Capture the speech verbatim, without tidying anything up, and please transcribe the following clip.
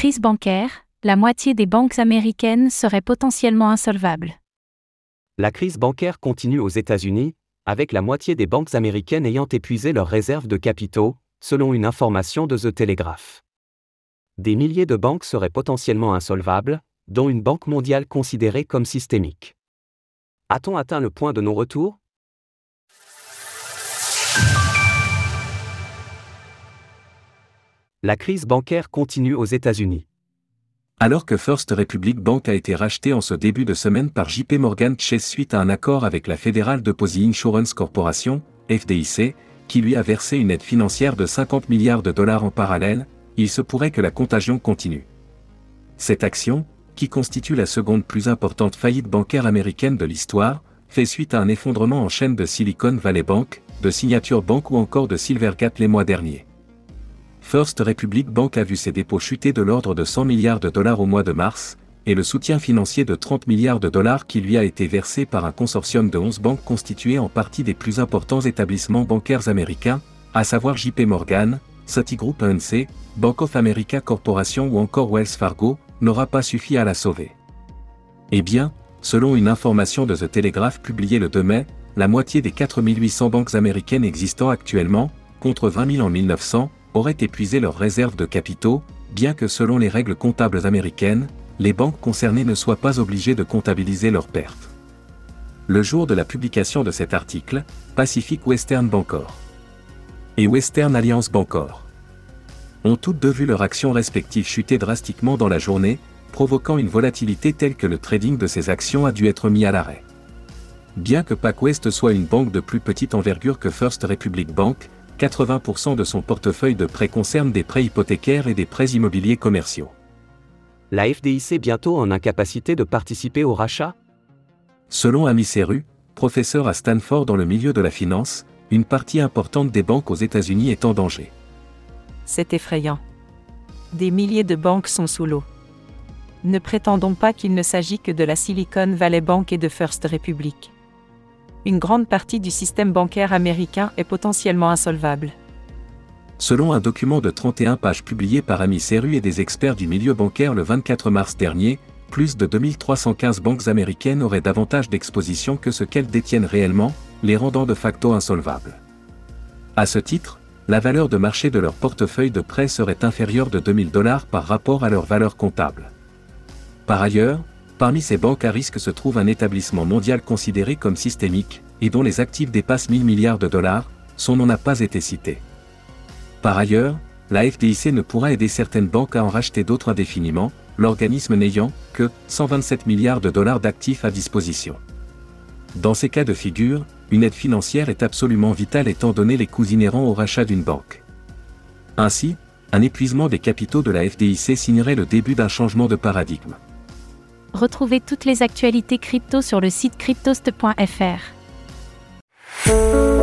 Crise bancaire, la moitié des banques américaines seraient potentiellement insolvables. La crise bancaire continue aux États-Unis, avec la moitié des banques américaines ayant épuisé leurs réserves de capitaux, selon une information de The Telegraph. Des milliers de banques seraient potentiellement insolvables, dont une banque mondiale considérée comme systémique. A-t-on atteint le point de non-retour ? La crise bancaire continue aux États-Unis. Alors que First Republic Bank a été racheté en ce début de semaine par J P Morgan Chase suite à un accord avec la Federal Deposit Insurance Corporation, F D I C, qui lui a versé une aide financière de cinquante milliards de dollars en parallèle, il se pourrait que la contagion continue. Cette action, qui constitue la seconde plus importante faillite bancaire américaine de l'histoire, fait suite à un effondrement en chaîne de Silicon Valley Bank, de Signature Bank ou encore de Silvergate les mois derniers. First Republic Bank a vu ses dépôts chuter de l'ordre de cent milliards de dollars au mois de mars, et le soutien financier de trente milliards de dollars qui lui a été versé par un consortium de onze banques constitué en partie des plus importants établissements bancaires américains, à savoir J P Morgan, Citigroup A N C, Bank of America Corporation ou encore Wells Fargo, n'aura pas suffi à la sauver. Eh bien, selon une information de The Telegraph publiée le deux mai, la moitié des quatre mille huit cents banques américaines existant actuellement, contre vingt mille en mille neuf cents, auraient épuisé leurs réserves de capitaux, bien que selon les règles comptables américaines, les banques concernées ne soient pas obligées de comptabiliser leurs pertes. Le jour de la publication de cet article, Pacific Western Bancorp et Western Alliance Bancorp ont toutes deux vu leurs actions respectives chuter drastiquement dans la journée, provoquant une volatilité telle que le trading de ces actions a dû être mis à l'arrêt. Bien que PacWest soit une banque de plus petite envergure que First Republic Bank, quatre-vingts pour cent de son portefeuille de prêts concerne des prêts hypothécaires et des prêts immobiliers commerciaux. La F D I C bientôt en incapacité de participer au rachat ? Selon Ami Seru, professeur à Stanford dans le milieu de la finance, une partie importante des banques aux États-Unis est en danger. C'est effrayant. Des milliers de banques sont sous l'eau. Ne prétendons pas qu'il ne s'agit que de la Silicon Valley Bank et de First Republic. Une grande partie du système bancaire américain est potentiellement insolvable. Selon un document de trente et une pages publié par Ami Seru et des experts du milieu bancaire le vingt-quatre mars dernier, plus de deux mille trois cent quinze banques américaines auraient davantage d'expositions que ce qu'elles détiennent réellement, les rendant de facto insolvables. À ce titre, la valeur de marché de leur portefeuille de prêts serait inférieure de deux mille dollars par rapport à leur valeur comptable. Par ailleurs, parmi ces banques à risque se trouve un établissement mondial considéré comme systémique, et dont les actifs dépassent mille milliards de dollars, son nom n'a pas été cité. Par ailleurs, la F D I C ne pourra aider certaines banques à en racheter d'autres indéfiniment, l'organisme n'ayant que cent vingt-sept milliards de dollars d'actifs à disposition. Dans ces cas de figure, une aide financière est absolument vitale étant donné les coûts inhérents au rachat d'une banque. Ainsi, un épuisement des capitaux de la F D I C signerait le début d'un changement de paradigme. Retrouvez toutes les actualités crypto sur le site cryptost point f r.